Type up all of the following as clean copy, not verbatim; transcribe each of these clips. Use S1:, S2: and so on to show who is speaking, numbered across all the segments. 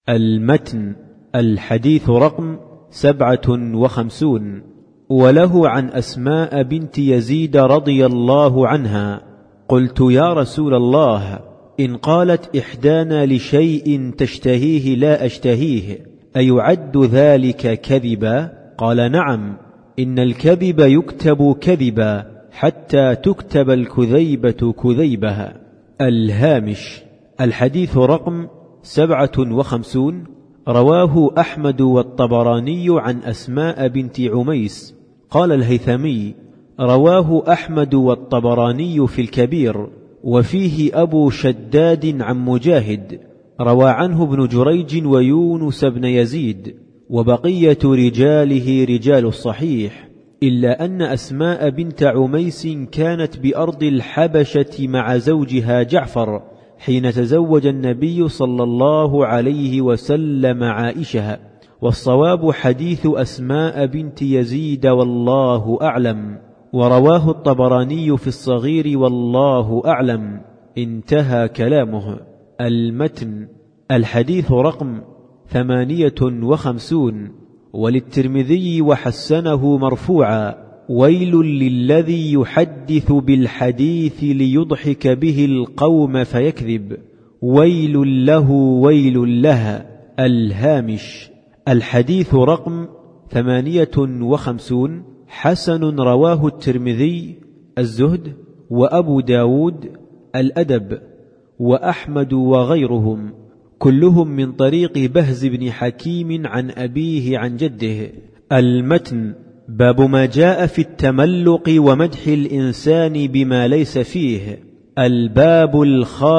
S1: المتن. الحديث رقم 57. وله عن أسماء بنت يزيد رضي الله عنها: قلت يا رسول الله، إن قالت إحدانا لشيء تشتهيه لا أشتهيه أيعد ذلك كذبا؟ قال نعم، إن الكذب يكتب كذبا حتى تكتب الكذيبة كذيبها. الهامش. الحديث رقم 57. رواه أحمد والطبراني عن أسماء بنت عميس. قال الهيثمي: رواه أحمد والطبراني في الكبير، وفيه أبو شداد عن مجاهد، روى عنه ابن جريج ويونس بن يزيد، وبقية رجاله رجال الصحيح، إلا أن أسماء بنت عميس كانت بأرض الحبشة مع زوجها جعفر حين تزوج النبي صلى الله عليه وسلم عائشة، والصواب حديث أسماء بنت يزيد والله أعلم، ورواه الطبراني في الصغير والله أعلم. انتهى كلامه. المتن. الحديث رقم 58. وللترمذي وحسنه مرفوعا: ويل للذي يحدث بالحديث ليضحك به القوم فيكذب، ويل له ويل لها. الهامش. الحديث رقم 58. حسن. رواه الترمذي الزهد، وأبو داود الأدب، وأحمد وغيرهم، كلهم من طريق بهز بن حكيم عن أبيه عن جده. المتن. باب ما جاء في التملق ومدح الإنسان بما ليس فيه. الباب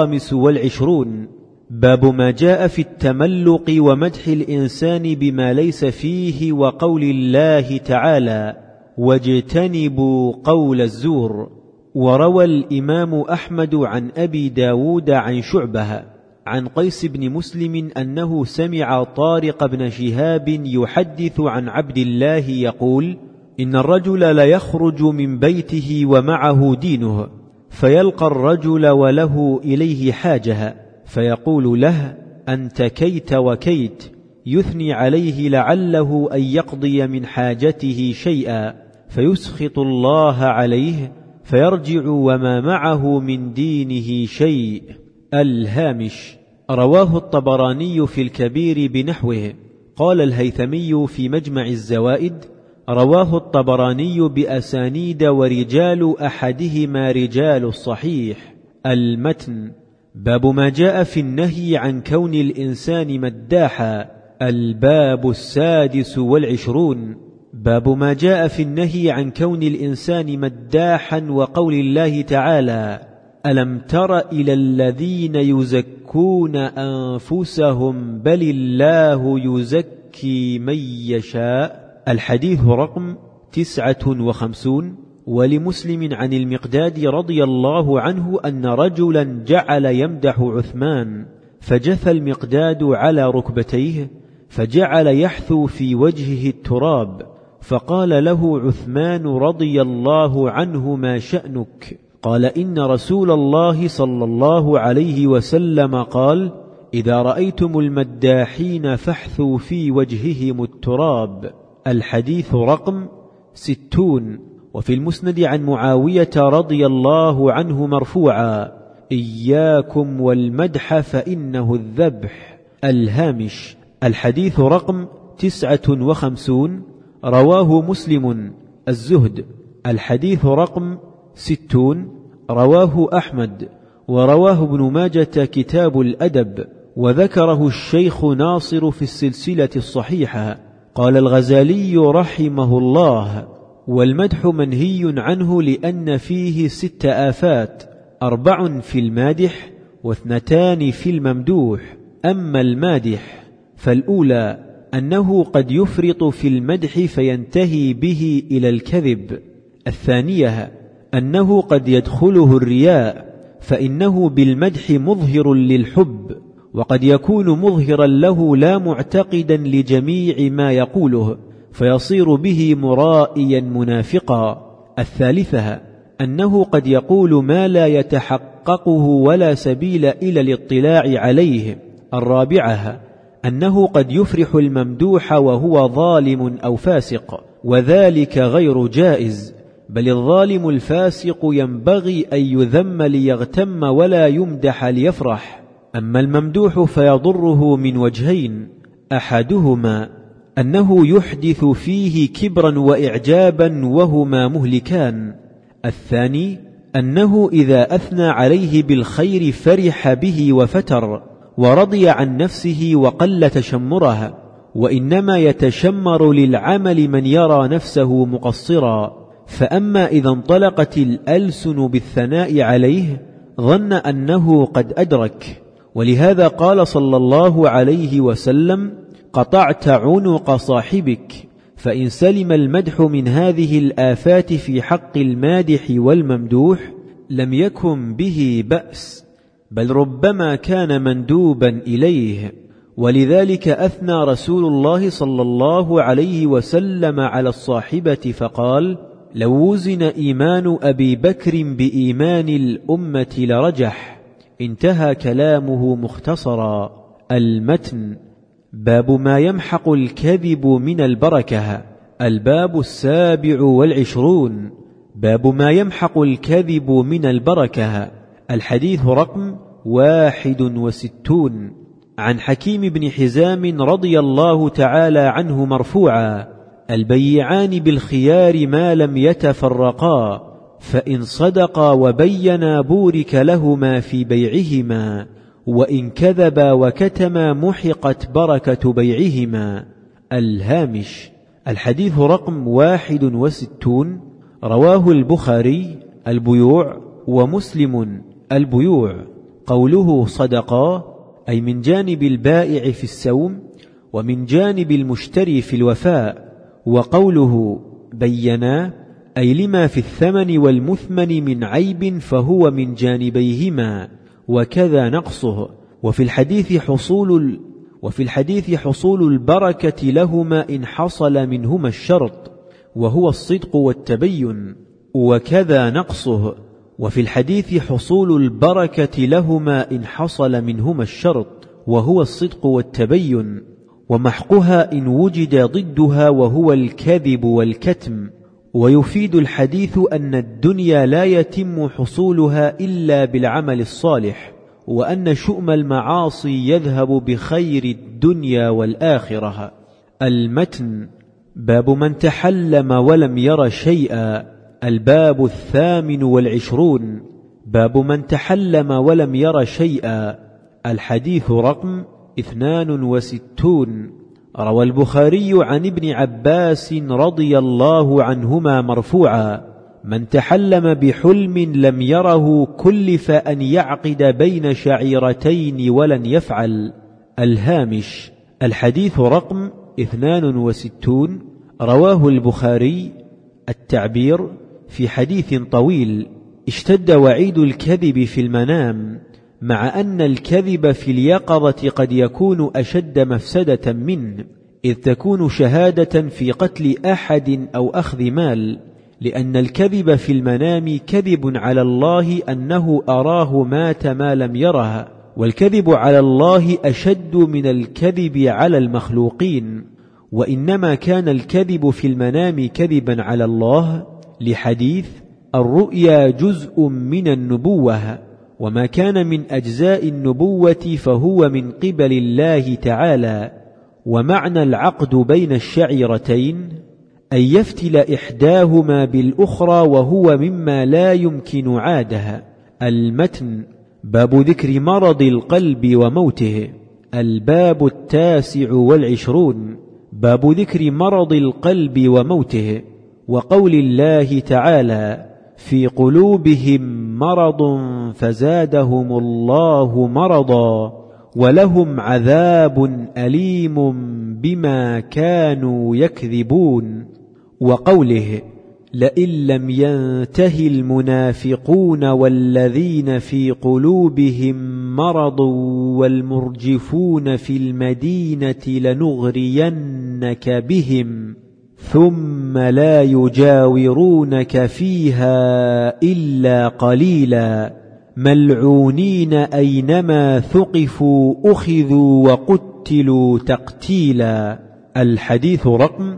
S1: 25. باب ما جاء في التملق ومدح الإنسان بما ليس فيه، وقول الله تعالى: واجتنبوا قول الزور. وروى الإمام أحمد عن أبي داود عن شعبة عن قيس بن مسلم أنه سمع طارق بن شهاب يحدث عن عبد الله يقول: إن الرجل ليخرج من بيته ومعه دينه، فيلقى الرجل وله إليه حاجة، فيقول له: أنت كيت وكيت، يثني عليه لعله أن يقضي من حاجته شيئا، فيسخط الله عليه، فيرجع وما معه من دينه شيء. الهامش. رواه الطبراني في الكبير بنحوه. قال الهيثمي في مجمع الزوائد: رواه الطبراني بأسانيد ورجال أحدهما رجال الصحيح. المتن. باب ما جاء في النهي عن كون الإنسان مداحا. الباب 26. باب ما جاء في النهي عن كون الإنسان مداحا، وقول الله تعالى: ألم تر إلى الذين يزكون أنفسهم بل الله يزكي من يشاء. الحديث رقم 59. ولمسلم عن المقداد رضي الله عنه أن رجلا جعل يمدح عثمان، فجثى المقداد على ركبتيه، فجعل يحثو في وجهه التراب، فقال له عثمان رضي الله عنه: ما شأنك؟ قال: إن رسول الله صلى الله عليه وسلم قال: إذا رأيتم المداحين فاحثوا في وجههم التراب. الحديث رقم 60. وفي المسند عن معاوية رضي الله عنه مرفوعا: إياكم والمدح فإنه الذبح. الهامش. الحديث رقم 59. رواه مسلم الزهد. الحديث رقم 60. رواه أحمد، ورواه ابن ماجة كتاب الأدب، وذكره الشيخ ناصر في السلسلة الصحيحة. قال الغزالي رحمه الله: والمدح منهي عنه لأن فيه 6 آفات: 4 في المادح، و2 في الممدوح. أما المادح فالأولى أنه قد يفرط في المدح فينتهي به إلى الكذب. الثانية أنه قد يدخله الرياء، فإنه بالمدح مظهر للحب، وقد يكون مظهرا له لا معتقدا لجميع ما يقوله، فيصير به مرائيا منافقا. الثالثة أنه قد يقول ما لا يتحققه ولا سبيل إلى الاطلاع عليه. الرابعة أنه قد يفرح الممدوح وهو ظالم أو فاسق، وذلك غير جائز، بل الظالم الفاسق ينبغي أن يذم ليغتم ولا يمدح ليفرح. أما الممدوح فيضره من وجهين: أحدهما أنه يحدث فيه كبرا وإعجابا وهما مهلكان، الثاني أنه إذا أثنى عليه بالخير فرح به وفتر ورضي عن نفسه وقل تشمرها، وإنما يتشمر للعمل من يرى نفسه مقصرا. فأما إذا انطلقت الألسن بالثناء عليه ظن أنه قد أدرك، ولهذا قال صلى الله عليه وسلم: قطعت عنق صاحبك. فإن سلم المدح من هذه الآفات في حق المادح والممدوح لم يكن به بأس، بل ربما كان مندوبا إليه. ولذلك أثنى رسول الله صلى الله عليه وسلم على الصاحبة فقال: لو وزن إيمان أبي بكر بإيمان الأمة لرجح. انتهى كلامه مختصرا. المتن. باب ما يمحق الكذب من البركة. الباب 27. باب ما يمحق الكذب من البركة. الحديث رقم 61. عن حكيم بن حزام رضي الله تعالى عنه مرفوعا: البيعان بالخيار ما لم يتفرقا، فإن صدقا وبينا بورك لهما في بيعهما، وإن كذبا وكتما محقت بركة بيعهما. الهامش. الحديث رقم 61. رواه البخاري البيوع ومسلم البيوع. قوله صدقا أي من جانب البائع في السوم ومن جانب المشتري في الوفاء، وقوله بينا أي لما في الثمن والمثمن من عيب فهو من جانبيهما، وكذا نقصه. وفي الحديث حصول البركة لهما إن حصل منهما الشرط وهو الصدق والتبين، وكذا نقصه. وفي الحديث حصول البركة لهما إن حصل منهما الشرط وهو الصدق والتبين، ومحقها إن وجد ضدها وهو الكذب والكتم. ويفيد الحديث أن الدنيا لا يتم حصولها إلا بالعمل الصالح، وأن شؤم المعاصي يذهب بخير الدنيا والآخرة. المتن. باب من تحلم ولم ير شيئا. الباب 28. باب من تحلم ولم ير شيئا. الحديث رقم 62. روى البخاري عن ابن عباس رضي الله عنهما مرفوعا: من تحلم بحلم لم يره كلف أن يعقد بين شعيرتين ولن يفعل. الهامش. الحديث رقم 62. رواه البخاري. التعبير: في حديث طويل اشتد وعيد الكذب في المنام، مع أن الكذب في اليقظة قد يكون أشد مفسدة منه، إذ تكون شهادة في قتل أحد أو أخذ مال، لأن الكذب في المنام كذب على الله أنه أراه مات ما لم يره، والكذب على الله أشد من الكذب على المخلوقين. وإنما كان الكذب في المنام كذبا على الله لحديث: الرؤيا جزء من النبوة، وما كان من أجزاء النبوة فهو من قبل الله تعالى. ومعنى العقد بين الشعيرتين أن يفتل إحداهما بالأخرى، وهو مما لا يمكن عادها. المتن. باب ذكر مرض القلب وموته. الباب 29. باب ذكر مرض القلب وموته، وقول الله تعالى: في قلوبهم مرض فزادهم الله مرضا ولهم عذاب أليم بما كانوا يكذبون. وقوله: لئن لم ينته المنافقون والذين في قلوبهم مرض والمرجفون في المدينة لنغرينك بهم ثم لا يجاورونك فيها إلا قليلا. ملعونين أينما ثقفوا أخذوا وقتلوا تقتيلا. الحديث رقم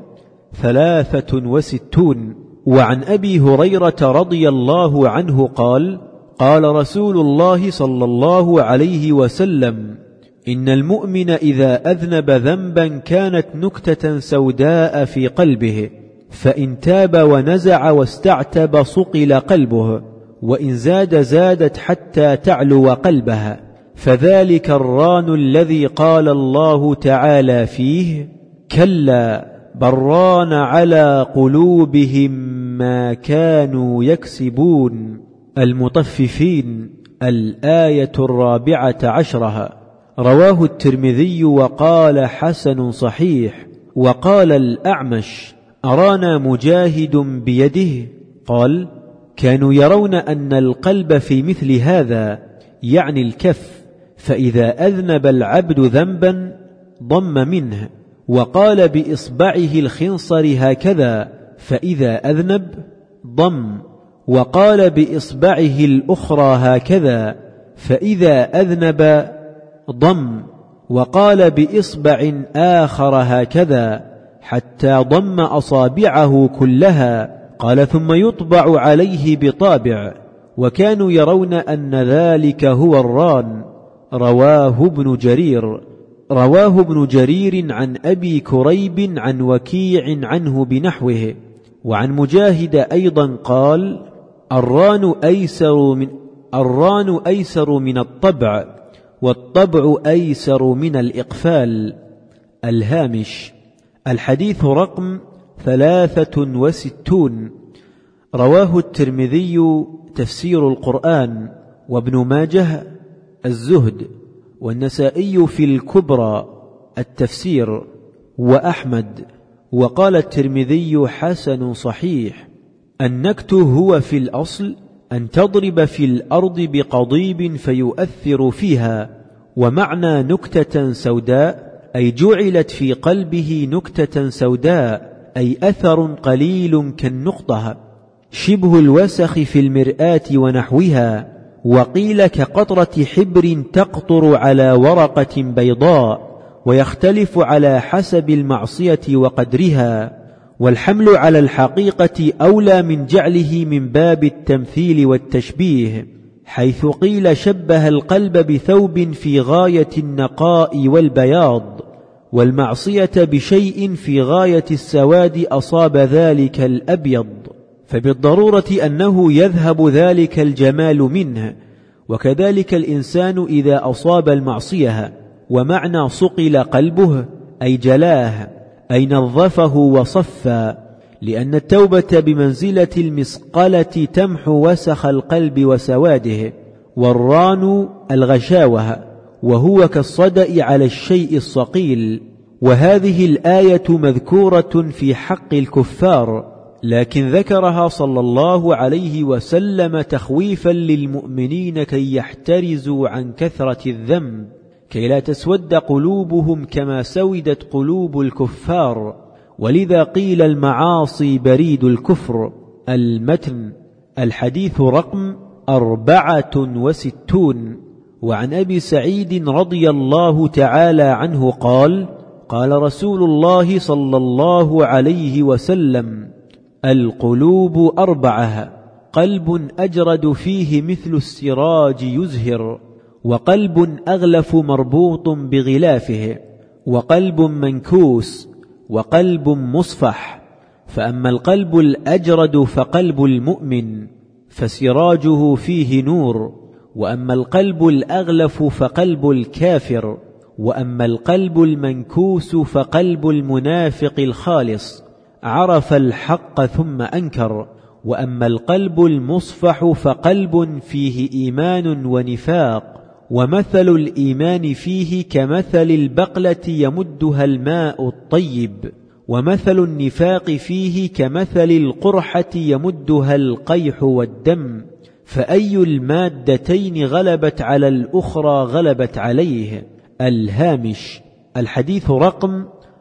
S1: 63. وعن أبي هريرة رضي الله عنه قال: قال رسول الله صلى الله عليه وسلم: إن المؤمن إذا أذنب ذنبا كانت نكتة سوداء في قلبه، فإن تاب ونزع واستعتب صقل قلبه، وإن زادت حتى تعلو قلبها، فذلك الران الذي قال الله تعالى فيه: كلا بران على قلوبهم ما كانوا يكسبون. المطففين، الآية 14. رواه الترمذي وقال حسن صحيح. وقال الأعمش: أرانا مجاهد بيده قال: كانوا يرون أن القلب في مثل هذا، يعني الكف، فإذا أذنب العبد ذنبا ضم منه، وقال بإصبعه الخنصر هكذا، فإذا أذنب ضم، وقال بإصبعه الأخرى هكذا، فإذا أذنب ضم، وقال بإصبع آخر هكذا، حتى ضم أصابعه كلها. قال: ثم يطبع عليه بطابع، وكانوا يرون أن ذلك هو الران. رواه ابن جرير عن أبي كريب عن وكيع عنه بنحوه. وعن مجاهد أيضا قال: الران أيسر من الطبع، والطبع أيسر من الإقفال. الهامش. الحديث رقم 63. رواه الترمذي تفسير القرآن، وابن ماجه الزهد، والنسائي في الكبرى التفسير، وأحمد. وقال الترمذي حسن صحيح. النكت هو في الأصل أن تضرب في الأرض بقضيب فيؤثر فيها، ومعنى نكتة سوداء أي جعلت في قلبه نكتة سوداء، أي أثر قليل كالنقطة، شبه الوسخ في المرآة ونحوها. وقيل كقطرة حبر تقطر على ورقة بيضاء، ويختلف على حسب المعصية وقدرها. والحمل على الحقيقة أولى من جعله من باب التمثيل والتشبيه، حيث قيل شبه القلب بثوب في غاية النقاء والبياض، والمعصية بشيء في غاية السواد أصاب ذلك الأبيض، فبالضرورة أنه يذهب ذلك الجمال منه. وكذلك الإنسان إذا أصاب المعصية. ومعنى صقل قلبه أي جلاه، أي نظفه وصفى، لأن التوبة بمنزلة المسقلة تمحو وسخ القلب وسواده. والران الغشاوة، وهو كالصدأ على الشيء الصقيل. وهذه الآية مذكورة في حق الكفار، لكن ذكرها صلى الله عليه وسلم تخويفا للمؤمنين كي يحترزوا عن كثرة الذنب، كي لا تسود قلوبهم كما سودت قلوب الكفار. ولذا قيل المعاصي بريد الكفر. المتن. الحديث رقم 64. وعن أبي سعيد رضي الله تعالى عنه قال: قال رسول الله صلى الله عليه وسلم: القلوب 4: قلب أجرد فيه مثل السراج يزهر، وقلب أغلف مربوط بغلافه، وقلب منكوس، وقلب مصفح. فأما القلب الأجرد فقلب المؤمن، فسراجه فيه نور. وأما القلب الأغلف فقلب الكافر. وأما القلب المنكوس فقلب المنافق الخالص، عرف الحق ثم أنكر. وأما القلب المصفح فقلب فيه إيمان ونفاق، ومثل الإيمان فيه كمثل البقلة يمدها الماء الطيب، ومثل النفاق فيه كمثل القرحة يمدها القيح والدم، فأي المادتين غلبت على الأخرى غلبت عليه. الهامش. الحديث رقم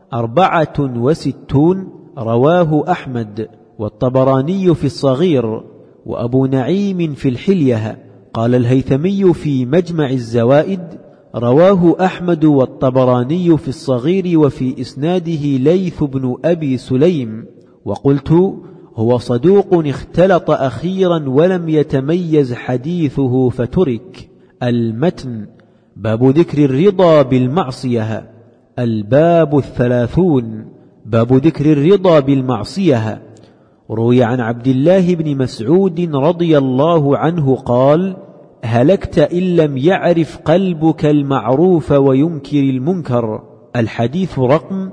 S1: 64. رواه أحمد والطبراني في الصغير، وأبو نعيم في الحلية. قال الهيثمي في مجمع الزوائد: رواه أحمد والطبراني في الصغير وفي إسناده ليث بن أبي سليم. وقلت: هو صدوق اختلط أخيرا ولم يتميز حديثه فترك. المتن: باب ذكر الرضا بالمعصية. الباب 30. باب ذكر الرضا بالمعصية. روي عن عبد الله بن مسعود رضي الله عنه قال: هلكت إن لم يعرف قلبك المعروف وينكر المنكر. الحديث رقم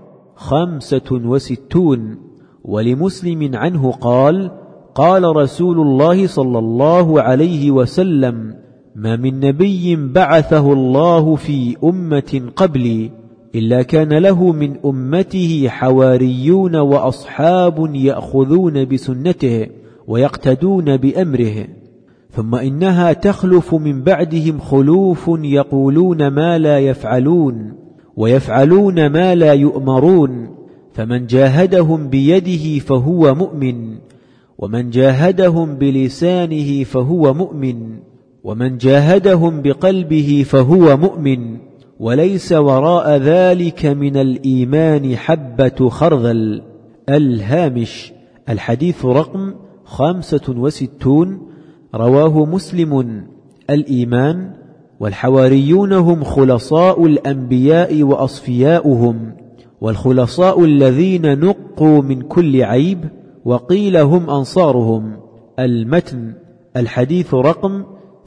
S1: 65. ولمسلم عنه قال: قال رسول الله صلى الله عليه وسلم: ما من نبي بعثه الله في أمة قبلي إلا كان له من أمته حواريون وأصحاب يأخذون بسنته ويقتدون بأمره، ثم إنها تخلف من بعدهم خلوف يقولون ما لا يفعلون ويفعلون ما لا يؤمرون، فمن جاهدهم بيده فهو مؤمن، ومن جاهدهم بلسانه فهو مؤمن، ومن جاهدهم بقلبه فهو مؤمن، وليس وراء ذلك من الإيمان حبة خردل. الهامش. الحديث رقم 65. رواه مسلم. الإيمان والحواريون هم خلصاء الأنبياء وأصفياؤهم، والخلصاء الذين نقوا من كل عيب، وقيل هم أنصارهم. المتن. الحديث رقم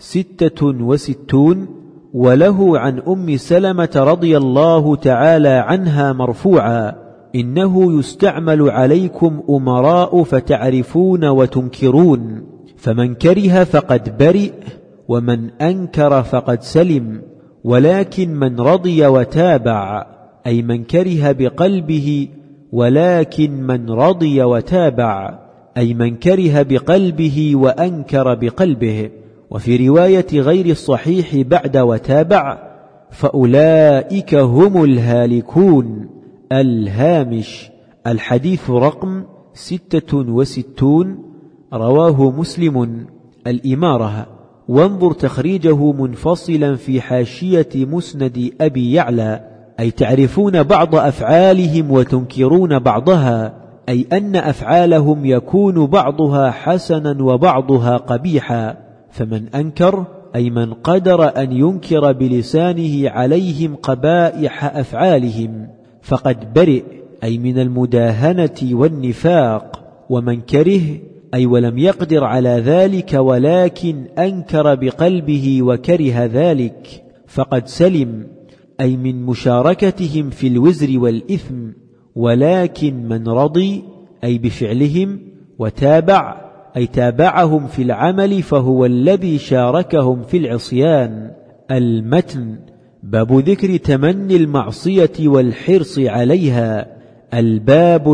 S1: 66. وله عن أم سلمة رضي الله تعالى عنها مرفوعا: إنه يستعمل عليكم أمراء فتعرفون وتنكرون، فمن كره فقد برئ، ومن أنكر فقد سلم، ولكن من رضي وتابع، أي من كره بقلبه، ولكن من رضي وتابع، أي من كره بقلبه وأنكر بقلبه. وفي رواية غير الصحيح بعد وتابع: فأولئك هم الهالكون. الهامش. الحديث رقم 66. رواه مسلم. الإمارة. وانظر تخريجه منفصلا في حاشية مسند أبي يعلى، أي تعرفون بعض أفعالهم وتنكرون بعضها، أي أن أفعالهم يكون بعضها حسنا وبعضها قبيحا، فمن أنكر أي من قدر أن ينكر بلسانه عليهم قبائح أفعالهم فقد برئ، أي من المداهنة والنفاق، ومن كره أي ولم يقدر على ذلك ولكن أنكر بقلبه وكره ذلك فقد سلم، أي من مشاركتهم في الوزر والإثم، ولكن من رضي أي بفعلهم وتابع أي تابعهم في العمل فهو الذي شاركهم في العصيان. المتن. باب ذكر تمني المعصية والحرص عليها. الباب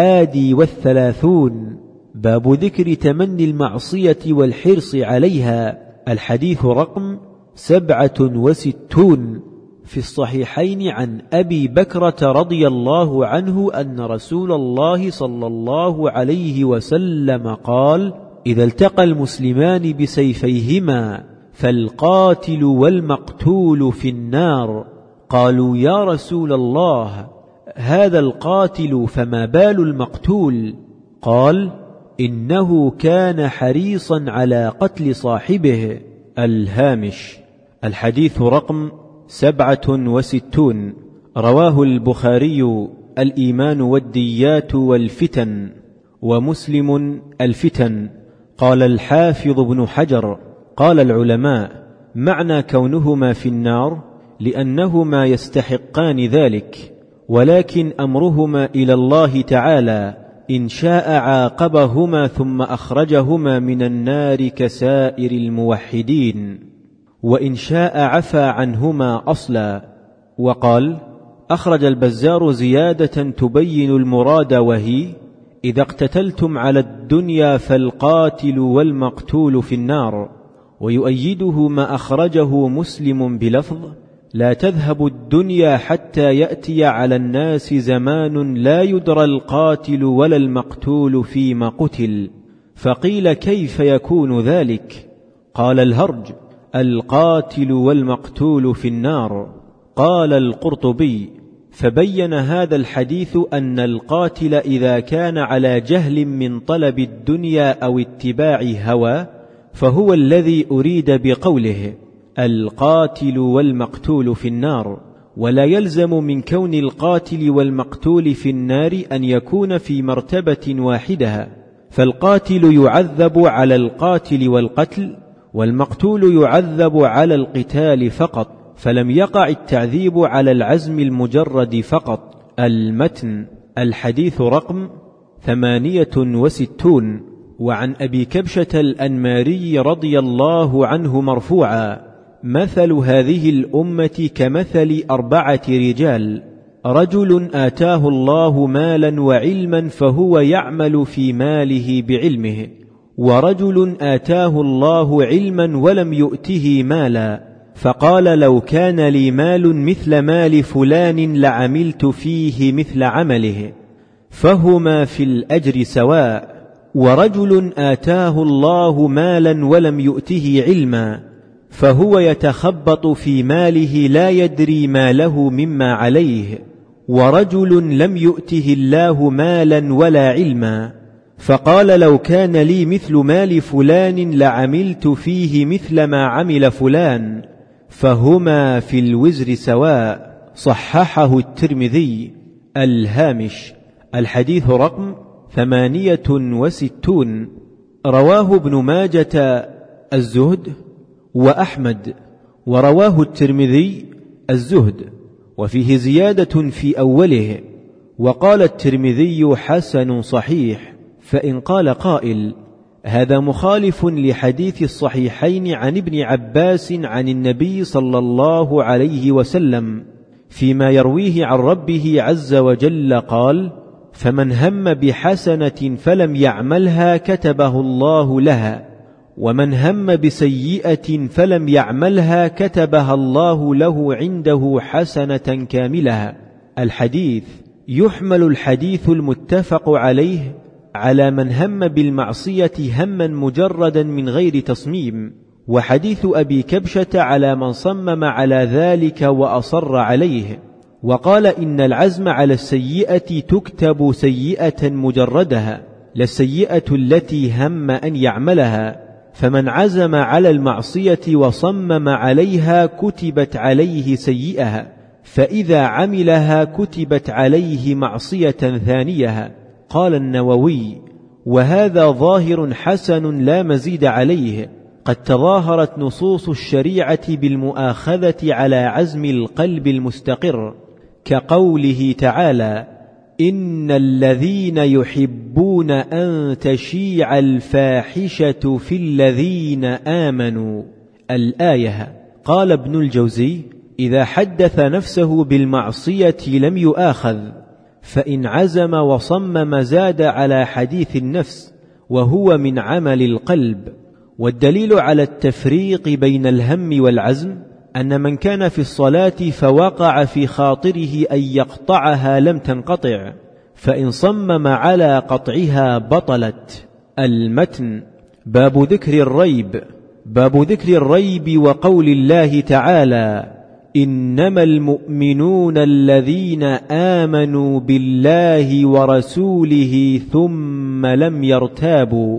S1: 31. باب ذكر تمني المعصية والحرص عليها. الحديث رقم 67. في الصحيحين عن أبي بكرة رضي الله عنه أن رسول الله صلى الله عليه وسلم قال: إذا التقى المسلمان بسيفيهما فالقاتل والمقتول في النار. قالوا: يا رسول الله، هذا القاتل فما بال المقتول؟ قال: إنه كان حريصا على قتل صاحبه. الهامش. الحديث رقم 67. رواه البخاري: الإيمان والديات والفتن، ومسلم: الفتن. قال الحافظ ابن حجر: قال العلماء: معنى كونهما في النار لأنهما يستحقان ذلك، ولكن أمرهما إلى الله تعالى، إن شاء عاقبهما ثم أخرجهما من النار كسائر الموحدين، وإن شاء عفى عنهما أصلا. وقال: أخرج البزار زيادة تبين المراد، وهي: إذا اقتتلتم على الدنيا فالقاتل والمقتول في النار. ويؤيده ما أخرجه مسلم بلفظ: لا تذهب الدنيا حتى يأتي على الناس زمان لا يدرى القاتل ولا المقتول فيما قتل. فقيل: كيف يكون ذلك؟ قال: الهرج. القاتل والمقتول في النار. قال القرطبي: فبين هذا الحديث أن القاتل إذا كان على جهل من طلب الدنيا أو اتباع هوى فهو الذي أريد بقوله القاتل والمقتول في النار، ولا يلزم من كون القاتل والمقتول في النار أن يكون في مرتبة واحدة، فالقاتل يعذب على القاتل والقتل، والمقتول يعذب على القتال فقط، فلم يقع التعذيب على العزم المجرد فقط. المتن. الحديث رقم 68. وعن أبي كبشة الأنماري رضي الله عنه مرفوعا: مثل هذه الأمة كمثل 4 رجال: رجل آتاه الله مالا وعلما فهو يعمل في ماله بعلمه، ورجل آتاه الله علما ولم يؤته مالا فقال لو كان لي مال مثل مال فلان لعملت فيه مثل عمله، فهما في الأجر سواء. ورجل آتاه الله مالا ولم يؤته علما فهو يتخبط في ماله لا يدري ما له مما عليه، ورجل لم يؤته الله مالا ولا علما فقال لو كان لي مثل مال فلان لعملت فيه مثل ما عمل فلان، فهما في الوزر سواء. صححه الترمذي. الهامش. الحديث رقم 68. رواه ابن ماجة الزهد وأحمد، ورواه الترمذي الزهد، وفيه زيادة في أوله، وقال الترمذي حسن صحيح. فإن قال قائل: هذا مخالف لحديث الصحيحين عن ابن عباس عن النبي صلى الله عليه وسلم فيما يرويه عن ربه عز وجل قال: فمن هم بحسنة فلم يعملها كتبه الله لها، ومن هم بسيئة فلم يعملها كتبها الله له عنده حسنة كاملها. الحديث. يحمل الحديث المتفق عليه على من هم بالمعصية هما مجردا من غير تصميم، وحديث أبي كبشة على من صمم على ذلك وأصر عليه، وقال إن العزم على السيئة تكتب سيئة مجردها لا السيئة التي هم أن يعملها، فمن عزم على المعصية وصمم عليها كتبت عليه سيئها، فإذا عملها كتبت عليه معصية ثانيها. قال النووي: وهذا ظاهر حسن لا مزيد عليه، قد تظاهرت نصوص الشريعة بالمؤاخذة على عزم القلب المستقر، كقوله تعالى: إن الذين يحبون أن تشيع الفاحشة في الذين آمنوا. الآية. قال ابن الجوزي: إذا حدث نفسه بالمعصية لم يؤاخذ، فإن عزم وصمم زاد على حديث النفس، وهو من عمل القلب. والدليل على التفريق بين الهم والعزم أن من كان في الصلاة فوقع في خاطره أن يقطعها لم تنقطع، فإن صمم على قطعها بطلت. المتن. باب ذكر الريب. باب ذكر الريب وقول الله تعالى: إنما المؤمنون الذين آمنوا بالله ورسوله ثم لم يرتابوا.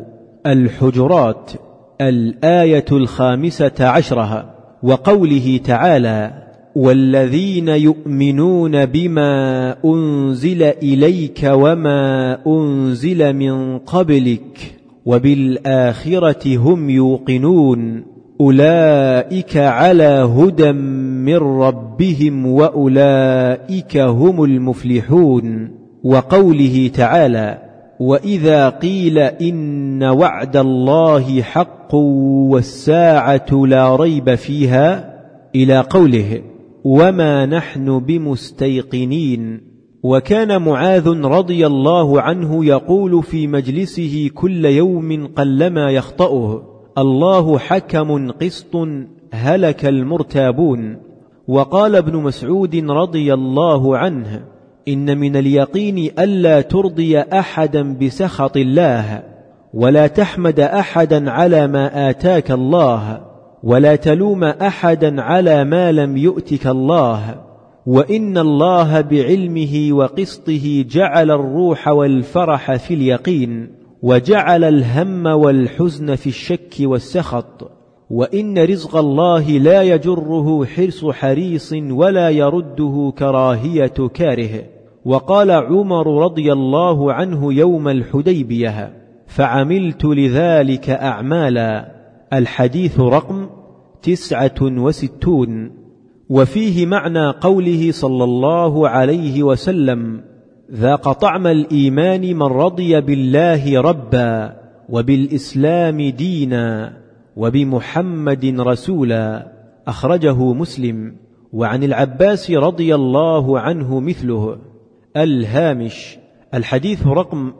S1: الحجرات. الآية 15. وقوله تعالى: والذين يؤمنون بما أنزل إليك وما أنزل من قبلك وبالآخرة هم يوقنون أولئك على هدى من ربهم وأولئك هم المفلحون. وقوله تعالى: وإذا قيل إن وعد الله حق والساعة لا ريب فيها إلى قوله: وما نحن بمستيقنين. وكان معاذ رضي الله عنه يقول في مجلسه كل يوم قلما يخطئه: الله حكم قسط هلك المرتابون. وقال ابن مسعود رضي الله عنه: إن من اليقين ألا ترضي أحدا بسخط الله، ولا تحمد أحدا على ما آتاك الله، ولا تلوم أحدا على ما لم يؤتك الله، وإن الله بعلمه وقسطه جعل الروح والفرح في اليقين، وجعل الهم والحزن في الشك والسخط، وإن رزق الله لا يجره حرص حريص ولا يرده كراهية كاره. وقال عمر رضي الله عنه يوم الحديبية: فعملت لذلك أعمالا. الحديث رقم 69. وفيه معنى قوله صلى الله عليه وسلم: ذاق طعم الإيمان من رضي بالله ربا، وبالإسلام دينا، وبمحمد رسولا. أخرجه مسلم. وعن العباس رضي الله عنه مثله. الهامش. الحديث رقم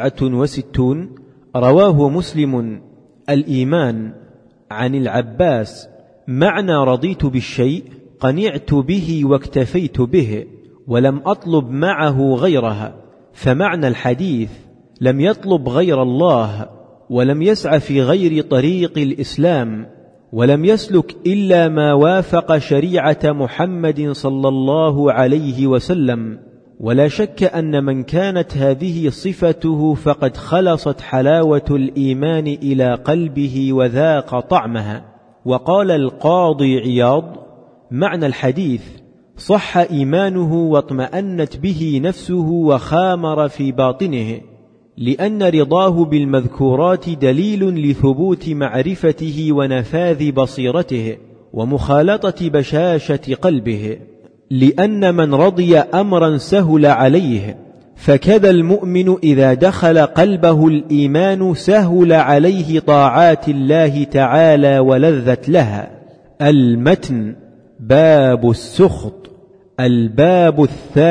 S1: 69. رواه مسلم. الإيمان. عن العباس: معنى رضيت بالشيء قنعت به واكتفيت به، ولم أطلب معه غيرها. فمعنى الحديث: لم يطلب غير الله، ولم يسع في غير طريق الإسلام، ولم يسلك إلا ما وافق شريعة محمد صلى الله عليه وسلم. ولا شك أن من كانت هذه صفته فقد خلصت حلاوة الإيمان إلى قلبه وذاق طعمها. وقال القاضي عياض: معنى الحديث: صح إيمانه واطمأنت به نفسه وخامر في باطنه، لأن رضاه بالمذكورات دليل لثبوت معرفته ونفاذ بصيرته ومخالطة بشاشة قلبه، لأن من رضي أمرا سهل عليه، فكذا المؤمن إذا دخل قلبه الإيمان سهل عليه طاعات الله تعالى ولذت لها. المتن. باب السخط. الباب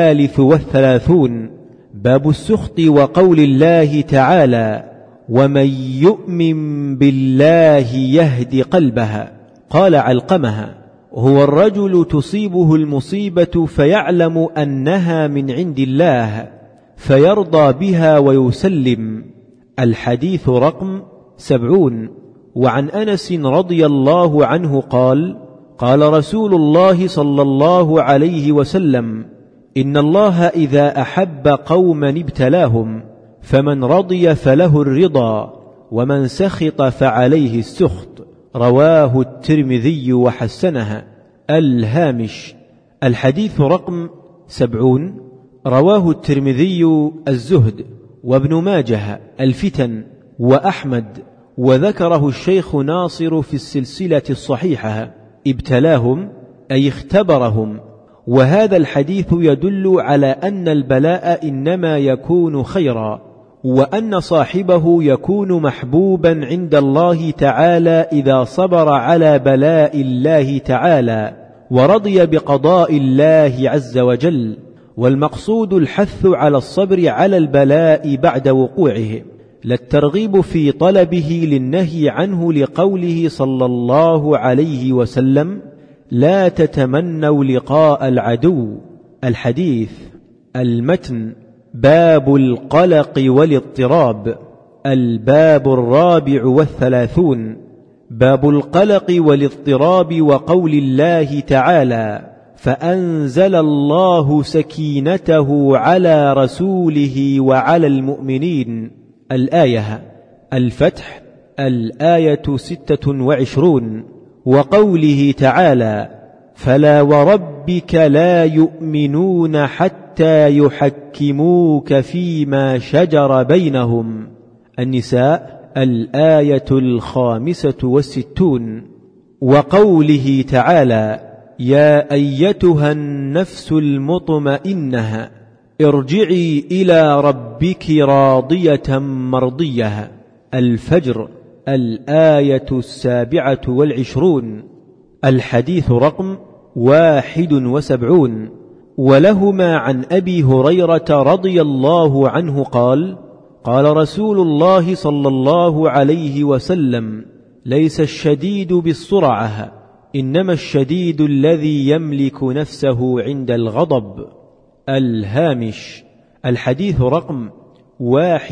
S1: 33. باب السخط وقول الله تعالى: ومن يؤمن بالله يهد قلبها. قال علقمها: هو الرجل تصيبه المصيبة فيعلم أنها من عند الله فيرضى بها ويسلم. الحديث رقم 70. وعن أنس رضي الله عنه قال: قال رسول الله صلى الله عليه وسلم: إن الله إذا أحب قوما ابتلاهم، فمن رضي فله الرضا، ومن سخط فعليه السخط. رواه الترمذي وحسنها. الهامش. الحديث رقم 70. رواه الترمذي الزهد، وابن ماجه الفتن، وأحمد، وذكره الشيخ ناصر في السلسلة الصحيحة. ابتلاهم أي اختبرهم. وهذا الحديث يدل على أن البلاء إنما يكون خيرا، وأن صاحبه يكون محبوبا عند الله تعالى إذا صبر على بلاء الله تعالى ورضي بقضاء الله عز وجل. والمقصود الحث على الصبر على البلاء بعد وقوعه، لا الترغيب في طلبه للنهي عنه، لقوله صلى الله عليه وسلم: لا تتمنوا لقاء العدو. الحديث. المتن. باب القلق والاضطراب. الباب 34. باب القلق والاضطراب وقول الله تعالى: فأنزل الله سكينته على رسوله وعلى المؤمنين. الآية. الفتح. الآية 26. وقوله تعالى: فلا وربك لا يؤمنون حتى يحكموك فيما شجر بينهم. النساء. الآية 65. وقوله تعالى: يا أيتها النفس المطمئنة ارجعي إلى ربك راضية مرضية. الفجر. الآية 27. الحديث رقم 71. ولهما عن أبي هريرة رضي الله عنه قال: قال رسول الله صلى الله عليه وسلم: ليس الشديد بالسرعة، إنما الشديد الذي يملك نفسه عند الغضب. الهامش. الحديث رقم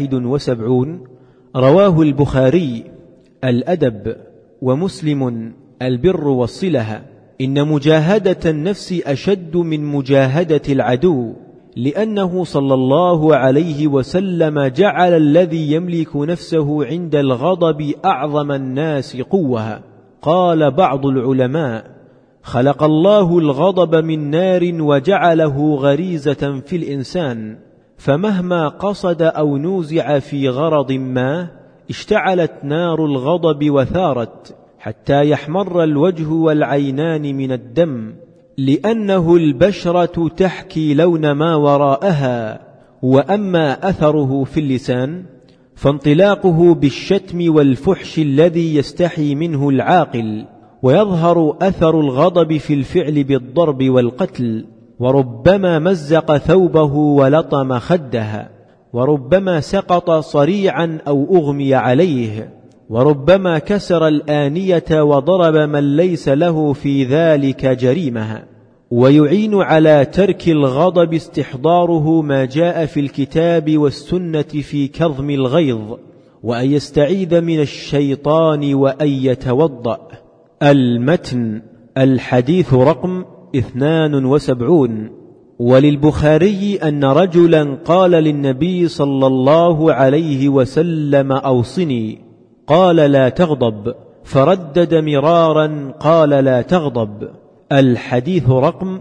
S1: 71. رواه البخاري الأدب، ومسلم البر والصلة. إن مجاهدة النفس أشد من مجاهدة العدو، لأنه صلى الله عليه وسلم جعل الذي يملك نفسه عند الغضب أعظم الناس قوة. قال بعض العلماء: خلق الله الغضب من نار وجعله غريزة في الإنسان، فمهما قصد أو نوزع في غرض ما اشتعلت نار الغضب وثارت حتى يحمر الوجه والعينان من الدم، لأنه البشرة تحكي لون ما وراءها. وأما أثره في اللسان فانطلاقه بالشتم والفحش الذي يستحي منه العاقل، ويظهر أثر الغضب في الفعل بالضرب والقتل، وربما مزق ثوبه ولطم خدها، وربما سقط صريعا أو أغمي عليه، وربما كسر الآنية وضرب من ليس له في ذلك جريمة. ويعين على ترك الغضب استحضاره ما جاء في الكتاب والسنة في كظم الغيظ، وأن يستعيذ من الشيطان وأن يتوضأ. المتن. الحديث رقم 72. وللبخاري أن رجلا قال للنبي صلى الله عليه وسلم: أوصني. قال: لا تغضب. فردد مرارا: قال: لا تغضب. الحديث رقم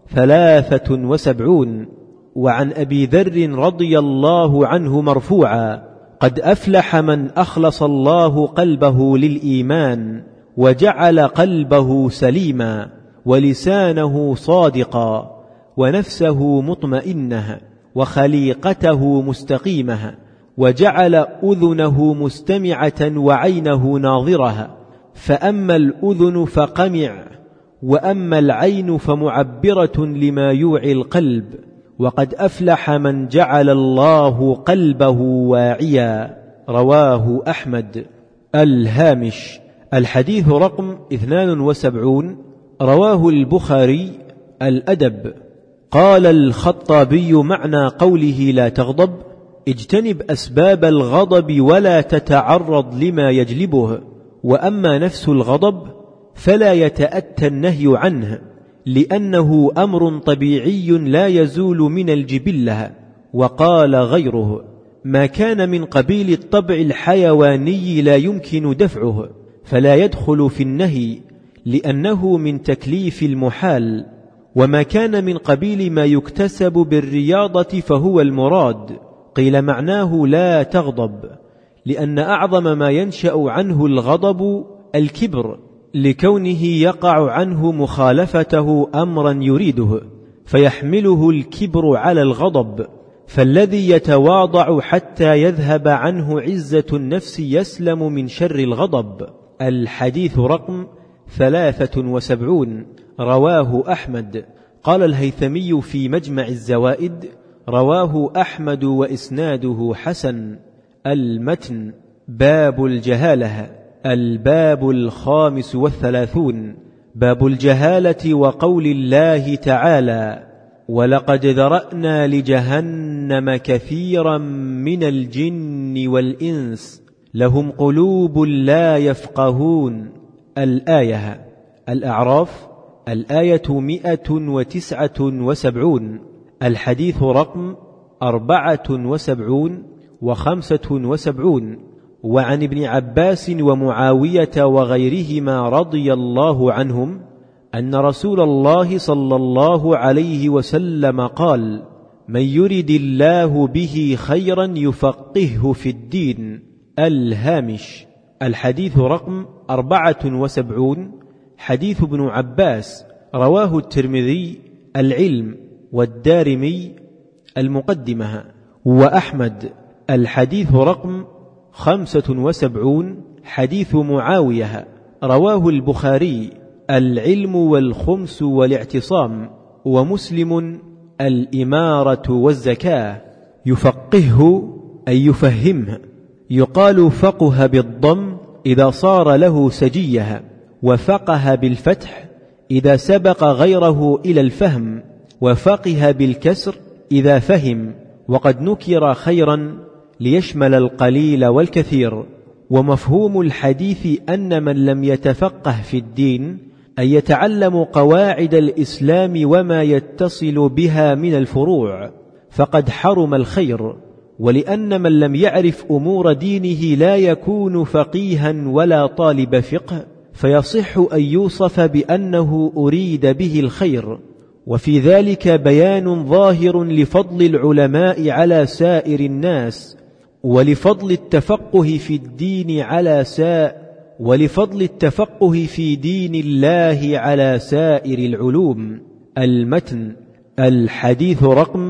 S1: 73. وعن أبي ذر رضي الله عنه مرفوعا: قد أفلح من أخلص الله قلبه للإيمان وجعل قلبه سليما، ولسانه صادقا، ونفسه مطمئنة، وخليقته مستقيمة، وجعل أذنه مستمعة وعينه ناظرة. فأما الأذن فقمع، وأما العين فمعبرة لما يوعي القلب. وقد أفلح من جعل الله قلبه واعيا. رواه أحمد. الهامش. الحديث رقم 72. رواه البخاري. الأدب. قال الخطابي: معنى قوله لا تغضب: اجتنب أسباب الغضب ولا تتعرض لما يجلبه. وأما نفس الغضب فلا يتأتى النهي عنه، لأنه أمر طبيعي لا يزول من الجبلة. وقال غيره: ما كان من قبيل الطبع الحيواني لا يمكن دفعه، فلا يدخل في النهي، لأنه من تكليف المحال. وما كان من قبيل ما يكتسب بالرياضة فهو المراد. قيل معناه لا تغضب، لأن أعظم ما ينشأ عنه الغضب الكبر، لكونه يقع عنه مخالفته أمرا يريده، فيحمله الكبر على الغضب. فالذي يتواضع حتى يذهب عنه عزة النفس يسلم من شر الغضب. الحديث رقم 73. رواه أحمد. قال الهيثمي في مجمع الزوائد: رواه أحمد وإسناده حسن. المتن. باب الجهالة. الباب 35. باب الجهالة وقول الله تعالى: ولقد ذرأنا لجهنم كثيرا من الجن والإنس لهم قلوب لا يفقهون. الآية. الأعراف. الآية 179. الحديث رقم 74 و75. وعن ابن عباس ومعاوية وغيرهما رضي الله عنهم أن رسول الله صلى الله عليه وسلم قال: من يرد الله به خيرا يفقهه في الدين. الهامش. الحديث رقم 74. حديث ابن عباس. رواه الترمذي. العلم. والدارمي. المقدمة. وأحمد. الحديث رقم 75. حديث معاوية. رواه البخاري. العلم والخمس والاعتصام. ومسلم. الإمارة والزكاة. يفقهه أي يفهمه. يقال فقه بالضم إذا صار له سجية، وفقه بالفتح إذا سبق غيره إلى الفهم، وفقه بالكسر إذا فهم. وقد نكر خيرا ليشمل القليل والكثير. ومفهوم الحديث أن من لم يتفقه في الدين أن يتعلم قواعد الإسلام وما يتصل بها من الفروع فقد حرم الخير، ولأن من لم يعرف أمور دينه لا يكون فقيها ولا طالب فقه، فيصح أن يوصف بأنه أريد به الخير. وفي ذلك بيان ظاهر لفضل العلماء على سائر الناس، ولفضل التفقه في دين الله على سائر العلوم. المتن. الحديث رقم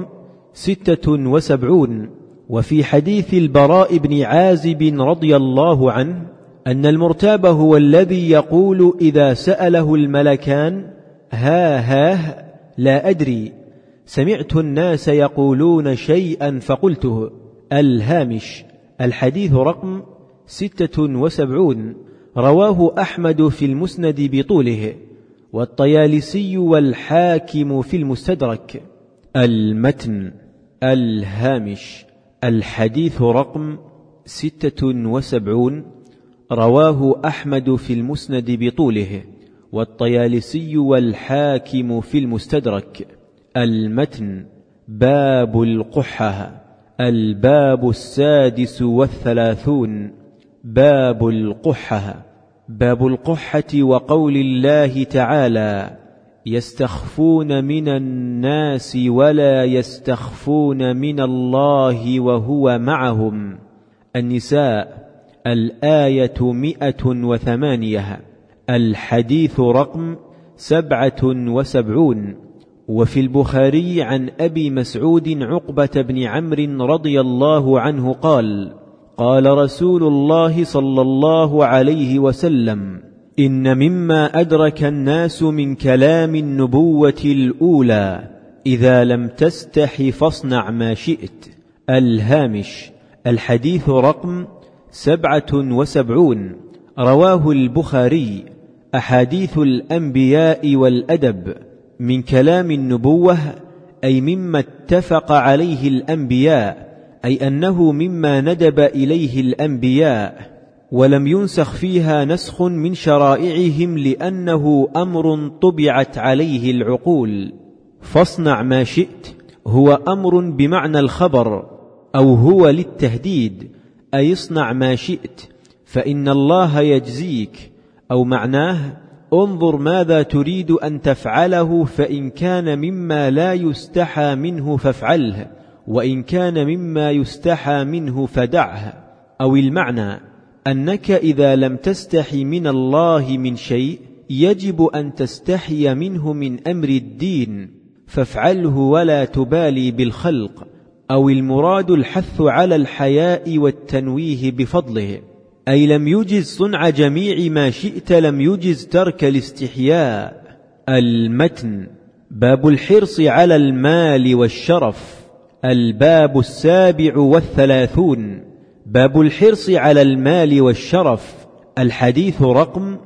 S1: 76. وفي حديث البراء بن عازب رضي الله عنه أن المرتاب هو الذي يقول إذا سأله الملكان ها لا أدري، سمعت الناس يقولون شيئا فقلته. الهامش. الحديث رقم 76. رواه أحمد في المسند بطوله، والطيالسي والحاكم في المستدرك. المتن. الهامش. الحديث رقم 76. رواه أحمد في المسند بطوله، والطيالسي والحاكم في المستدرك. المتن. باب القحة. الباب 36. باب القحة. باب القحة وقول الله تعالى: يستخفون من الناس ولا يستخفون من الله وهو معهم. النساء. الآية 108. الحديث رقم 77. وفي البخاري عن أبي مسعود عقبة بن عمرو رضي الله عنه قال: قال رسول الله صلى الله عليه وسلم: إن مما أدرك الناس من كلام النبوة الأولى إذا لم تستح فاصنع ما شئت. الهامش. الحديث رقم 77. رواه البخاري. أحاديث الأنبياء والأدب من كلام النبوة، أي مما اتفق عليه الأنبياء، أي أنه مما ندب إليه الأنبياء ولم ينسخ فيها نسخ من شرائعهم، لأنه أمر طبعت عليه العقول. فاصنع ما شئت هو أمر بمعنى الخبر، أو هو للتهديد، أي اصنع ما شئت فإن الله يجزيك، أو معناه انظر ماذا تريد أن تفعله، فإن كان مما لا يستحى منه فافعله، وإن كان مما يستحى منه فدعه. أو المعنى أنك إذا لم تستحي من الله من شيء يجب أن تستحي منه من أمر الدين فافعله ولا تبالي بالخلق. أو المراد الحث على الحياء والتنويه بفضله، أي لم يجز صنع جميع ما شئت، لم يجز ترك الاستحياء. المتن. باب الحرص على المال والشرف. الباب 37. باب الحرص على المال والشرف. الحديث رقم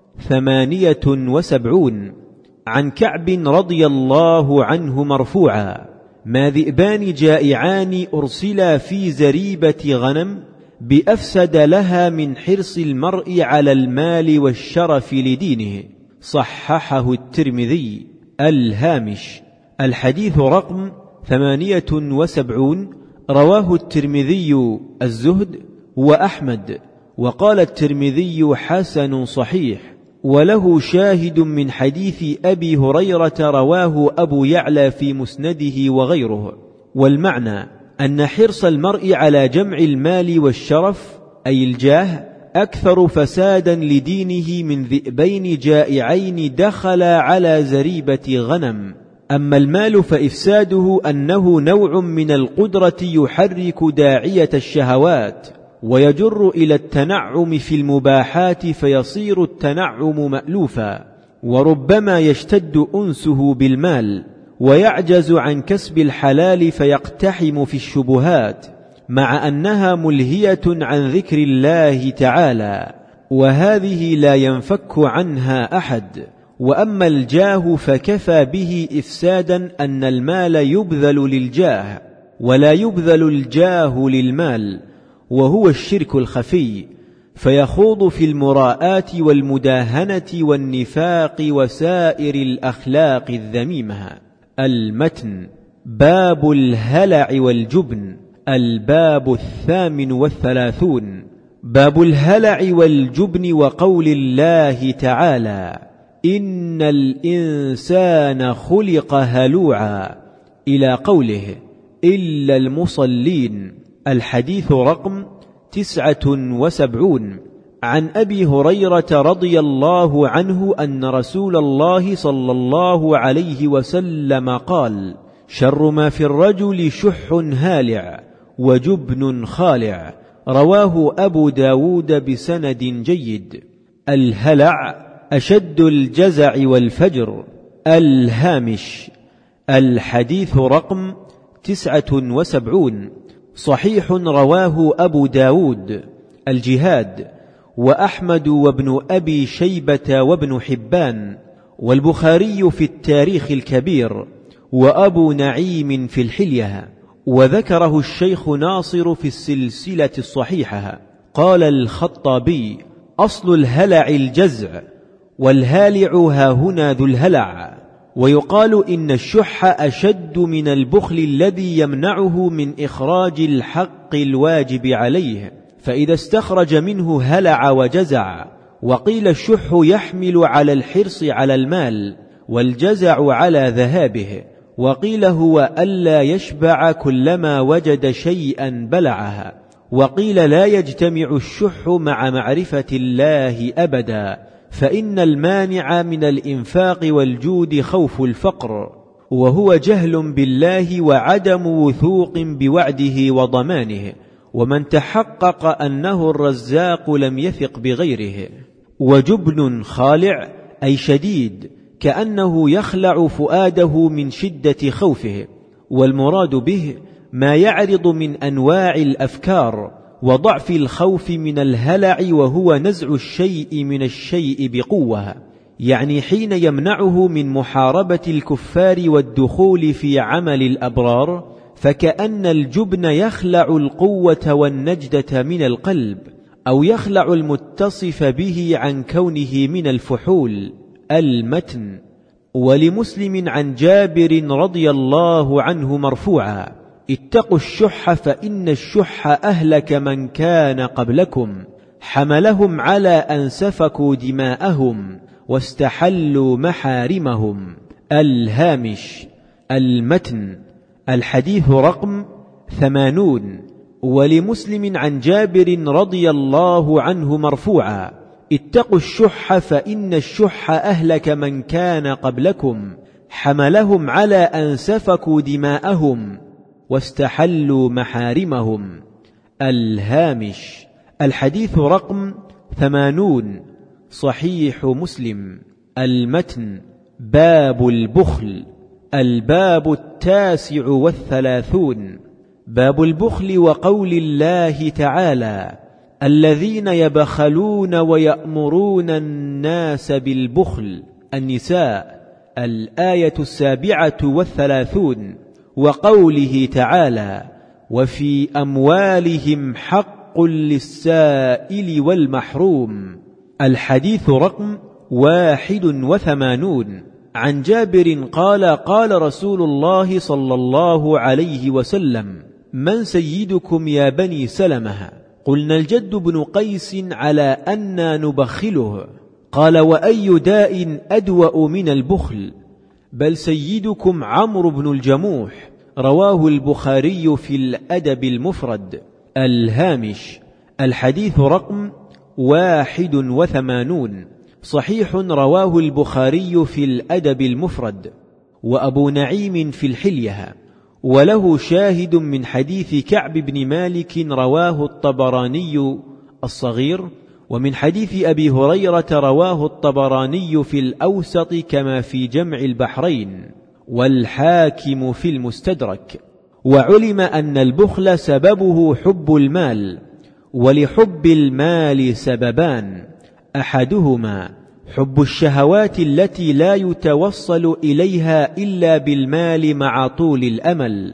S1: 78. عن كعب رضي الله عنه مرفوعا: ما ذئبان جائعان أرسلا في زريبة غنم بأفسد لها من حرص المرء على المال والشرف لدينه. صححه الترمذي. الهامش. الحديث رقم 78. رواه الترمذي الزهد وأحمد، وقال الترمذي حسن صحيح، وله شاهد من حديث أبي هريرة رواه أبو يعلى في مسنده وغيره. والمعنى أن حرص المرء على جمع المال والشرف، أي الجاه، أكثر فسادا لدينه من ذئبين جائعين دخلا على زريبة غنم. أما المال فإفساده أنه نوع من القدرة يحرك داعية الشهوات ويجر إلى التنعم في المباحات، فيصير التنعم مألوفا، وربما يشتد أنسه بالمال ويعجز عن كسب الحلال فيقتحم في الشبهات، مع أنها ملهية عن ذكر الله تعالى، وهذه لا ينفك عنها أحد. وأما الجاه فكفى به إفسادا أن المال يبذل للجاه ولا يبذل الجاه للمال، وهو الشرك الخفي، فيخوض في المراءة والمداهنة والنفاق وسائر الأخلاق الذميمة. المتن. باب الهلع والجبن. الباب 38. باب الهلع والجبن وقول الله تعالى: إن الإنسان خلق هلوعا، إلى قوله: إلا المصلين. الحديث رقم 79. عن أبي هريرة رضي الله عنه أن رسول الله صلى الله عليه وسلم قال: شر ما في الرجل شح هالع وجبن خالع. رواه أبو داود بسند جيد. الهلع أشد الجزع والفجر. الهامش. الحديث رقم 79. صحيح، رواه أبو داود. الجهاد. وأحمد وابن أبي شيبة وابن حبان، والبخاري في التاريخ الكبير، وأبو نعيم في الحلية، وذكره الشيخ ناصر في السلسلة الصحيحة. قال الخطابي: أصل الهلع الجزع، والهالع هاهنا ذو الهلع. ويقال إن الشح أشد من البخل الذي يمنعه من إخراج الحق الواجب عليه، فإذا استخرج منه هلع وجزع. وقيل الشح يحمل على الحرص على المال، والجزع على ذهابه. وقيل هو ألا يشبع كلما وجد شيئا بلعها. وقيل لا يجتمع الشح مع معرفة الله أبدا، فإن المانع من الإنفاق والجود خوف الفقر، وهو جهل بالله وعدم وثوق بوعده وضمانه، ومن تحقق أنه الرزاق لم يثق بغيره. وجبن خالع أي شديد، كأنه يخلع فؤاده من شدة خوفه، والمراد به ما يعرض من أنواع الأفكار وضعف الخوف من الهلع، وهو نزع الشيء من الشيء بقوة، يعني حين يمنعه من محاربة الكفار والدخول في عمل الأبرار، فكأن الجبن يخلع القوة والنجدة من القلب، أو يخلع المتصف به عن كونه من الفحول. المتن. ولمسلم عن جابر رضي الله عنه مرفوعا: اتقوا الشح فإن الشح أهلك من كان قبلكم، حملهم على أن سفكوا دماءهم واستحلوا محارمهم. الهامش. المتن. الحديث رقم 80. ولمسلم عن جابر رضي الله عنه مرفوعا: اتقوا الشح فإن الشح أهلك من كان قبلكم، حملهم على أن سفكوا دماءهم واستحلوا محارمهم. الهامش. الحديث رقم 80. صحيح مسلم. المتن. باب البخل. الباب 39. باب البخل وقول الله تعالى: الذين يبخلون ويأمرون الناس بالبخل. النساء. الآية 37. وقوله تعالى: وفي أموالهم حق للسائل والمحروم. الحديث رقم 81. عن جابر قال: قال رسول الله صلى الله عليه وسلم: من سيدكم يا بني سلمة؟ قلنا الجد بن قيس على أن نبخله. قال: وأي داء أدوأ من البخل؟ بل سيدكم عمرو بن الجموح. رواه البخاري في الأدب المفرد. الهامش. الحديث رقم 81. صحيح، رواه البخاري في الأدب المفرد، وأبو نعيم في الحلية، وله شاهد من حديث كعب بن مالك رواه الطبراني الصغير، ومن حديث أبي هريرة رواه الطبراني في الأوسط كما في جمع البحرين، والحاكم في المستدرك. وعلم أن البخل سببه حب المال، ولحب المال سببان: أحدهما حب الشهوات التي لا يتوصل إليها إلا بالمال مع طول الأمل،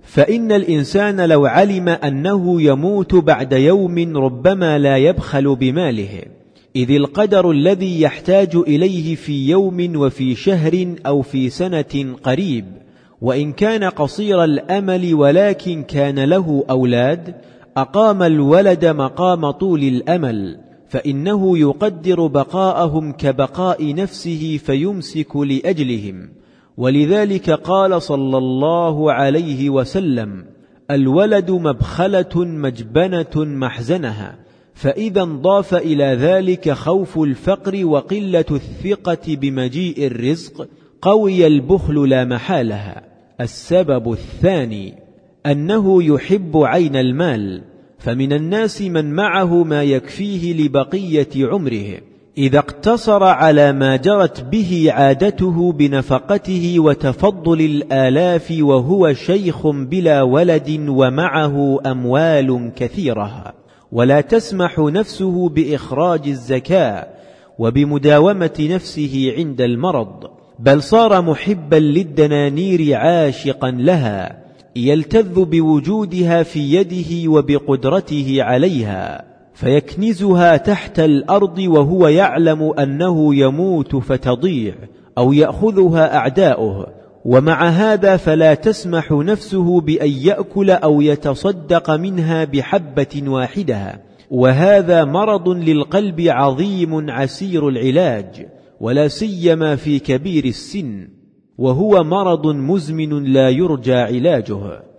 S1: فإن الإنسان لو علم أنه يموت بعد يوم ربما لا يبخل بماله، إذ القدر الذي يحتاج إليه في يوم وفي شهر أو في سنة قريب، وإن كان قصير الأمل ولكن كان له أولاد أقام الولد مقام طول الأمل، فإنه يقدر بقاءهم كبقاء نفسه فيمسك لأجلهم. ولذلك قال صلى الله عليه وسلم: الولد مبخلة مجبنة محزنها. فإذا انضاف إلى ذلك خوف الفقر وقلة الثقة بمجيء الرزق قوي البخل لا محالها. السبب الثاني أنه يحب عين المال، فمن الناس من معه ما يكفيه لبقية عمره، إذا اقتصر على ما جرت به عادته بنفقته وتفضل الآلاف وهو شيخ بلا ولد ومعه أموال كثيرة، ولا تسمح نفسه بإخراج الزكاة وبمداومة نفسه عند المرض، بل صار محبا للدنانير عاشقا لها، يلتذ بوجودها في يده وبقدرته عليها، فيكنزها تحت الأرض وهو يعلم أنه يموت فتضيع أو يأخذها أعداؤه، ومع هذا فلا تسمح نفسه بأن يأكل أو يتصدق منها بحبة واحدة. وهذا مرض للقلب عظيم عسير العلاج، ولا سيما في كبير السن، وهو مرض مزمن لا يرجى علاجه.